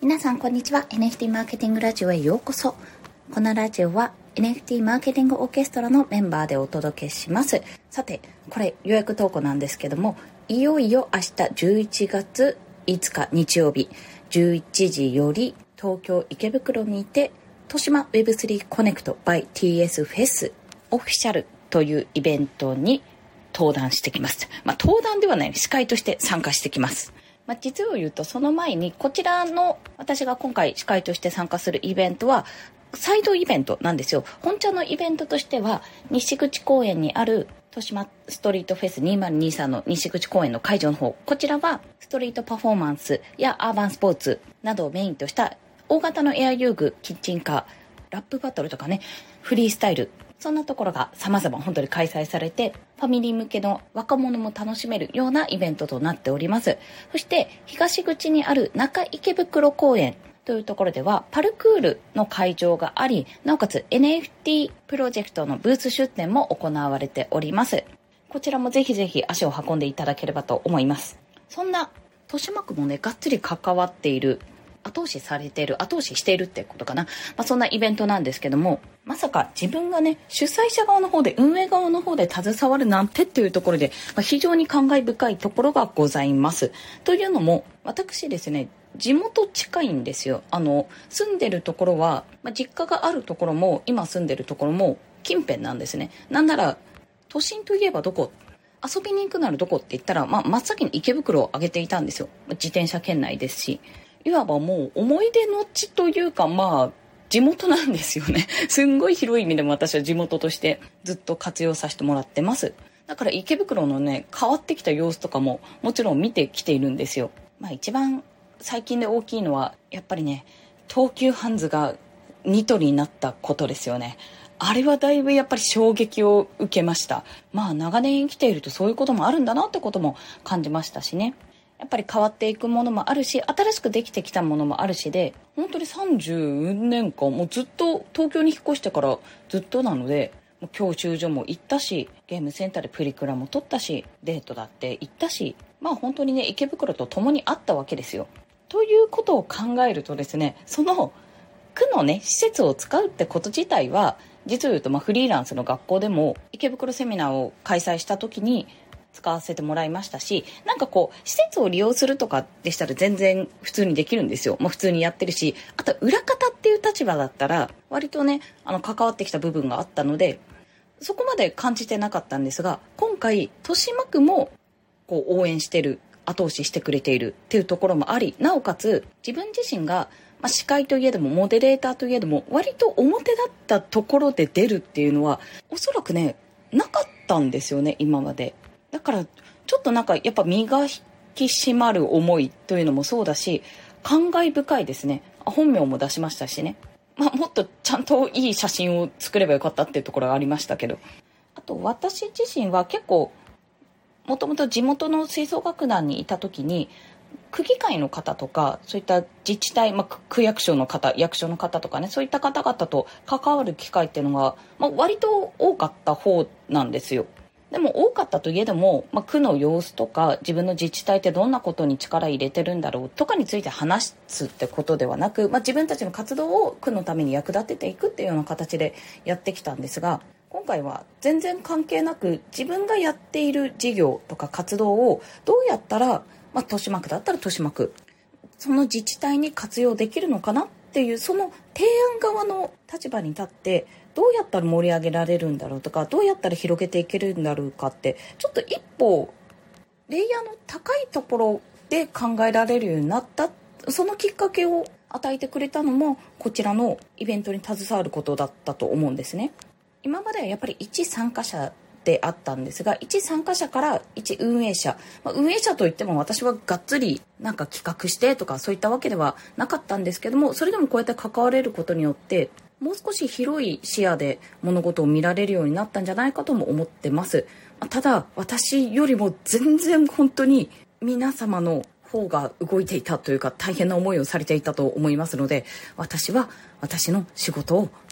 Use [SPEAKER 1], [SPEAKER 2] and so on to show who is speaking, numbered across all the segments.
[SPEAKER 1] 皆さんこんにちは。 NFT マーケティングラジオへようこそ。このラジオは NFT マーケティングオーケストラのメンバーでお届けします。さて、これ予約投稿なんですけども、いよいよ明日11月5日日曜日11時より東京池袋にて豊島 Web3 コネクト by TS フェスオフィシャルというイベントに登壇してきます。登壇ではない、司会として参加してきます。実を言うとその前にこちらの私が今回司会として参加するイベントはサイドイベントなんですよ。本茶のイベントとしては西口公園にある豊島ストリートフェス2023の西口公園の会場の方、こちらはストリートパフォーマンスやアーバンスポーツなどをメインとした大型のエア遊具、キッチンカー、ラップバトルとかね、フリースタイル、そんなところが様々本当に開催されて、ファミリー向けの若者も楽しめるようなイベントとなっております。そして東口にある中池袋公園というところではパルクールの会場があり、なおかつ NFT プロジェクトのブース出展も行われております。こちらもぜひぜひ足を運んでいただければと思います。そんな豊島区もね、がっつり関わっている、後押ししているってことかな。そんなイベントなんですけども、まさか自分がね、主催者側の方で、運営側の方で携わるなんてっていうところで、非常に感慨深いところがございます。というのも、私ですね、地元近いんですよ。住んでるところは、実家があるところも、今住んでるところも近辺なんですね。なんなら、都心といえばどこ？遊びに行くならどこって言ったら、真っ先に池袋を挙げていたんですよ。自転車圏内ですし。いわばもう思い出の地というか、地元なんですよね。すんごい広い意味でも私は地元としてずっと活用させてもらってます。だから池袋のね、変わってきた様子とかももちろん見てきているんですよ。一番最近で大きいのはやっぱりね、東急ハンズがニトリになったことですよね。あれはだいぶやっぱり衝撃を受けました。長年生きているとそういうこともあるんだなってことも感じましたしね。やっぱり変わっていくものもあるし、新しくできてきたものもあるしで、本当に30年間もうずっと東京に引っ越してからずっとなので、教習所も行ったし、ゲームセンターでプリクラも撮ったし、デートだって行ったし、本当にね、池袋と共にあったわけですよ。ということを考えるとですね、その区のね、施設を使うってこと自体は、実を言うとフリーランスの学校でも池袋セミナーを開催した時に使わせてもらいましたし、施設を利用するとかでしたら全然普通にできるんですよ。普通にやってるし、あと裏方っていう立場だったら割とね、関わってきた部分があったので、そこまで感じてなかったんですが、今回豊島区も応援してる、後押ししてくれているっていうところもあり、なおかつ自分自身が司会といえどもモデレーターといえども割と表だったところで出るっていうのはおそらくね、なかったんですよね、今まで。だからちょっとやっぱ身が引き締まる思いというのもそうだし、感慨深いですね。本名も出しましたしね。もっとちゃんといい写真を作ればよかったっていうところがありましたけど、あと私自身は結構もともと地元の吹奏楽団にいた時に区議会の方とかそういった自治体、区役所の方、役所の方とかね、そういった方々と関わる機会っていうのが、割と多かった方なんですよ。でも多かったといえども、区の様子とか自分の自治体ってどんなことに力入れてるんだろうとかについて話すってことではなく、自分たちの活動を区のために役立てていくっていうような形でやってきたんですが、今回は全然関係なく自分がやっている事業とか活動をどうやったら、豊島区だったら豊島区、その自治体に活用できるのかなっていう、その提案側の立場に立ってどうやったら盛り上げられるんだろうとか、どうやったら広げていけるんだろうかって、ちょっと一歩レイヤーの高いところで考えられるようになった、そのきっかけを与えてくれたのもこちらのイベントに携わることだったと思うんですね。今まではやっぱり一参加者であったんですが、一参加者から一運営者、運営者といっても私はがっつり企画してとかそういったわけではなかったんですけども、それでもこうやって関われることによってもう少し広い視野で物事を見られるようになったんじゃないかとも思ってます。ただ私よりも全然本当に皆様の方が動いていたというか大変な思いをされていたと思いますので、私は私の仕事を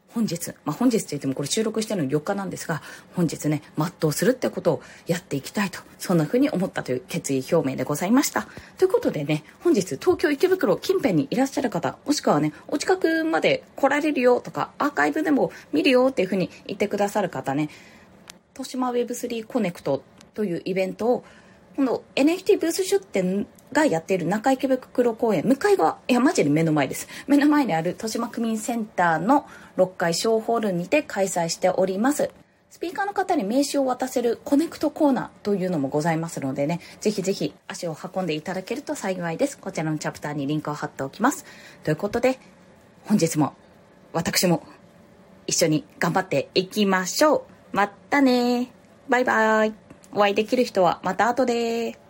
[SPEAKER 1] 本日って言ってもこれ収録してるの4日なんですが、本日ね全うするってことをやっていきたいと、そんな風に思ったという決意表明でございました。ということでね、本日東京池袋近辺にいらっしゃる方、もしくはねお近くまで来られるよとか、アーカイブでも見るよっていう風に言ってくださる方ね、豊島 Web3 コネクトというイベントをこの NFT ブース出展がやっている中池袋公園向かい側、いやマジで目の前です。目の前にある豊島区民センターの6階小ホールにて開催しております。スピーカーの方に名刺を渡せるコネクトコーナーというのもございますのでね、ぜひぜひ足を運んでいただけると幸いです。こちらのチャプターにリンクを貼っておきます。ということで本日も私も一緒に頑張っていきましょう。またね。バイバイ。お会いできる人はまた後で。